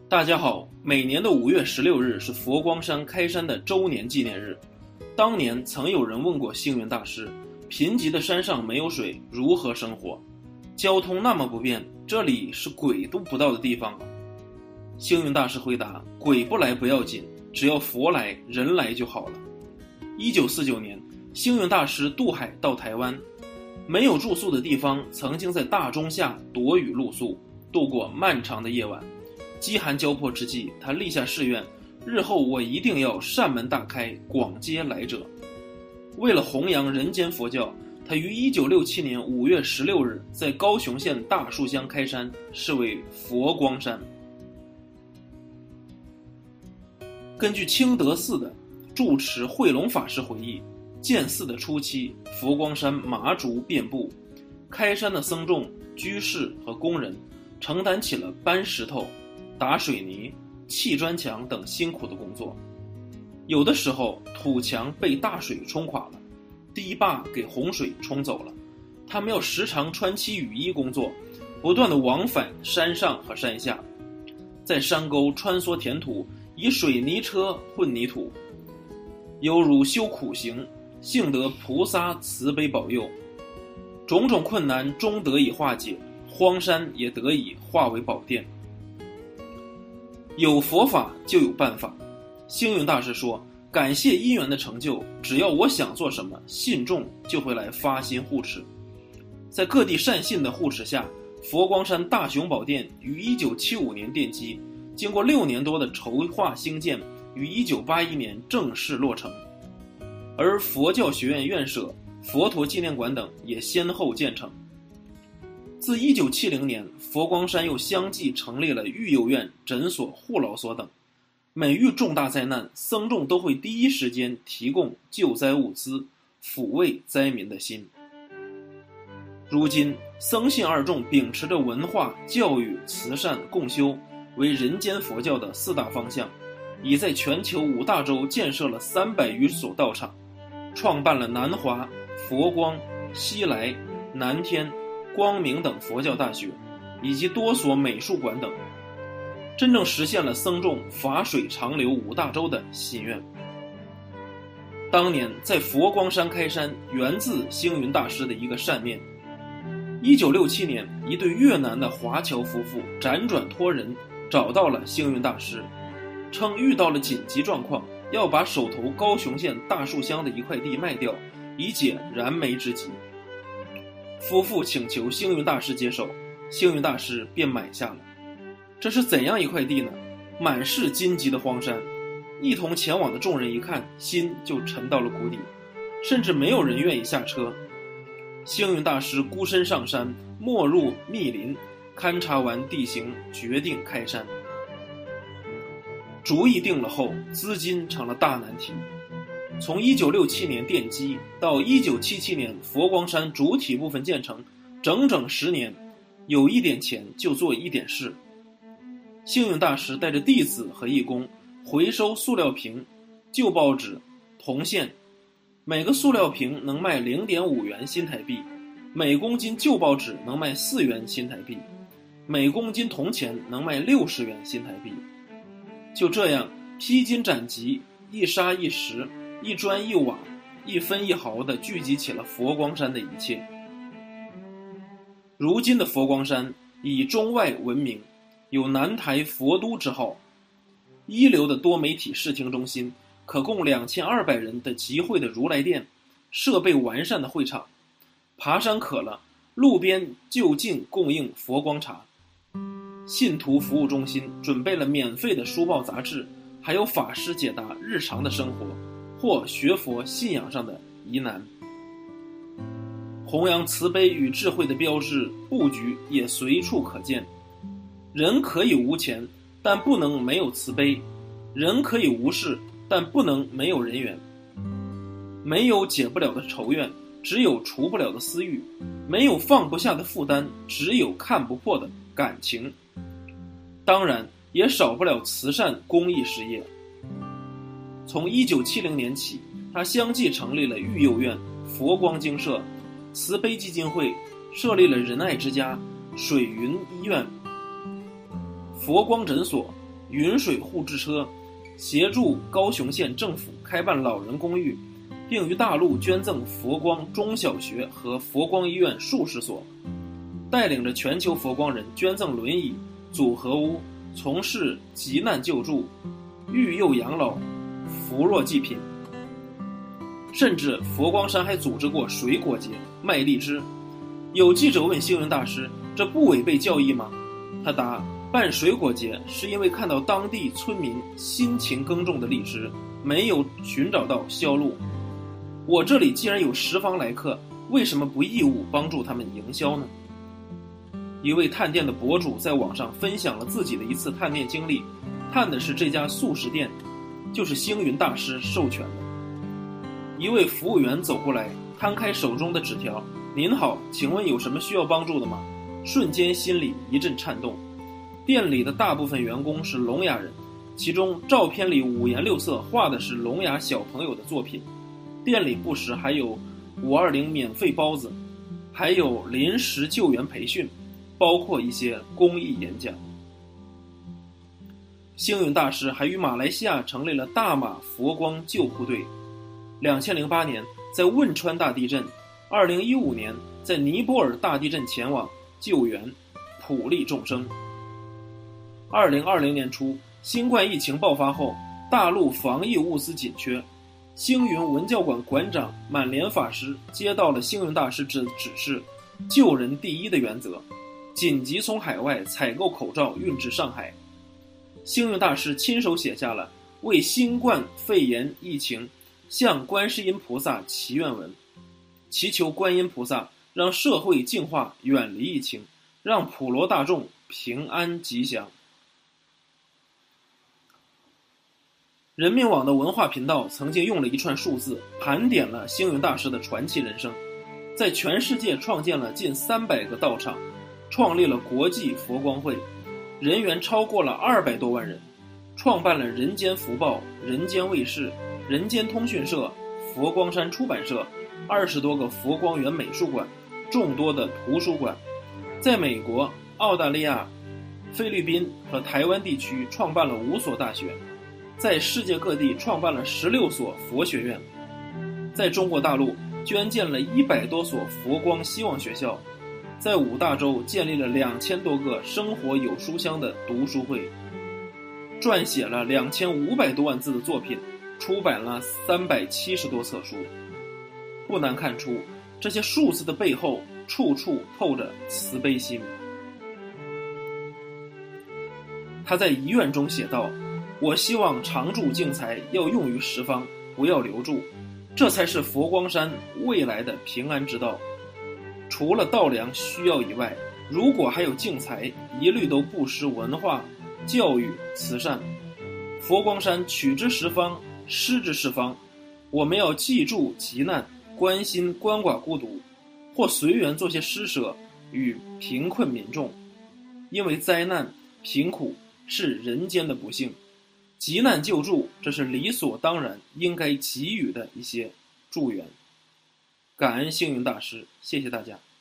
大家好，每年的5月16日是佛光山开山的周年纪念日。当年曾有人问过星云大师，贫瘠的山上没有水，如何生活？交通那么不便，这里是鬼都不到的地方啊。星云大师回答，鬼不来不要紧，只要佛来人来就好了。1949年，星云大师渡海到台湾，没有住宿的地方，曾经在大钟下躲雨露宿，度过漫长的夜晚。饥寒交迫之际，他立下誓愿，日后我一定要扇门大开，广接来者。为了弘扬人间佛教，他于1967年5月16日在高雄县大树乡开山，是为佛光山。根据清德寺的住持慧龙法师回忆，建寺的初期，佛光山麻竹遍布，开山的僧众、居士和工人承担起了搬石头、打水泥、砌砖墙等辛苦的工作。有的时候土墙被大水冲垮了，堤坝给洪水冲走了，他们要时常穿起雨衣工作，不断地往返山上和山下，在山沟穿梭填土，以水泥车混凝土，犹如修苦行，幸得菩萨慈悲保佑，种种困难终得以化解，荒山也得以化为宝殿。有佛法就有办法。星云大师说，感谢因缘的成就，只要我想做什么，信众就会来发心护持。在各地善信的护持下，佛光山大雄宝殿于1975年奠基，经过6年多的筹划兴建，于1981年正式落成。而佛教学院院舍、佛陀纪念馆等也先后建成。自1970年，佛光山又相继成立了育幼院、诊所、护老所等。每遇重大灾难，僧众都会第一时间提供救灾物资，抚慰灾民的心。如今，僧信二众秉持着文化、教育、慈善、共修为人间佛教的4大方向，已在全球5大洲建设了300余所道场，创办了南华、佛光、西来、南天、光明等佛教大学，以及多所美术馆等，真正实现了僧众法水长流5大洲的心愿。当年在佛光山开山，源自星云大师的一个善念。1967年，一对越南的华侨夫妇辗转托人找到了星云大师，称遇到了紧急状况，要把手头高雄县大树乡的一块地卖掉，以解燃眉之急。夫妇请求星云大师接手，星云大师便买下了。这是怎样一块地呢？满是荆棘的荒山，一同前往的众人一看，心就沉到了谷底，甚至没有人愿意下车。星云大师孤身上山，没入密林，勘察完地形，决定开山。主意定了后，资金成了大难题。从1967年奠基到1977年佛光山主体部分建成，整整10年，有一点钱就做一点事。星云大师带着弟子和义工回收塑料瓶、旧报纸、铜线，每个塑料瓶能卖0.5元新台币，每公斤旧报纸能卖4元新台币，每公斤铜钱能卖60元新台币。就这样披荆斩棘，一沙一石，一砖一瓦，一分一毫地聚集起了佛光山的一切。如今的佛光山以中外闻名，有南台佛都之号，一流的多媒体视听中心，可供2200人的集会的如来殿，设备完善的会场，爬山渴了，路边就近供应佛光茶。信徒服务中心准备了免费的书报杂志，还有法师解答日常的生活或学佛信仰上的疑难。弘扬慈悲与智慧的标志布局也随处可见。人可以无钱，但不能没有慈悲；人可以无事，但不能没有人缘。没有解不了的仇怨，只有除不了的私欲；没有放不下的负担，只有看不破的感情。当然，也少不了慈善公益事业。从1970年起，他相继成立了育幼院、佛光精舍、慈悲基金会，设立了仁爱之家、水云医院、佛光诊所、 云水护治车，协助高雄县政府开办老人公寓，并于大陆捐赠佛光中小学和佛光医院数十所，带领着全球佛光人捐赠轮椅、组合屋，从事急难救助、育幼养老、扶弱济贫。甚至佛光山还组织过水果节，卖荔枝。有记者问星云大师，这不违背教义吗？他答，办水果节是因为看到当地村民辛勤耕种的荔枝没有寻找到销路，我这里既然有10方来客，为什么不义务帮助他们营销呢？一位探店的博主在网上分享了自己的一次探店经历，探的是这家素食店，就是星云大师授权的。一位服务员走过来，摊开手中的纸条，您好，请问有什么需要帮助的吗？瞬间心里一阵颤动。店里的大部分员工是聋哑人，其中照片里五颜六色画的是聋哑小朋友的作品。店里不时还有520免费包子，还有临时救援培训，包括一些公益演讲。星云大师还与马来西亚成立了大马佛光救护队。2008年在汶川大地震，2015年在尼泊尔大地震前往救援，普利众生。2020年初，新冠疫情爆发后，大陆防疫物资紧缺，星云文教馆馆长满莲法师接到了星云大师指示，救人第一的原则，紧急从海外采购口罩运至上海。星云大师亲手写下了为新冠肺炎疫情向观世音菩萨祈愿文，祈求观音菩萨让社会净化，远离疫情，让普罗大众平安吉祥。人民网的文化频道曾经用了一串数字盘点了星云大师的传奇人生，在全世界创建了近300个道场，创立了国际佛光会，人员超过了200多万人，创办了人间福报、人间卫视、人间通讯社、佛光山出版社、20多个佛光园美术馆、众多的图书馆，在美国、澳大利亚、菲律宾和台湾地区创办了5所大学，在世界各地创办了16所佛学院，在中国大陆捐建了100多所佛光希望学校，在5大洲建立了2000多个生活有书香的读书会，撰写了2500多万字的作品，出版了370多册书。不难看出，这些数字的背后处处透着慈悲心。他在遗愿中写道，我希望常住净财要用于十方，不要留住，这才是佛光山未来的平安之道。除了稻粮需要以外，如果还有净财，一律都布施文化、教育、慈善。佛光山取之十方，施之四方，我们要记住急难，关心鳏寡孤独，或随缘做些施舍与贫困民众，因为灾难、贫苦是人间的不幸，急难救助这是理所当然应该给予的一些助缘。感恩星云大师，谢谢大家。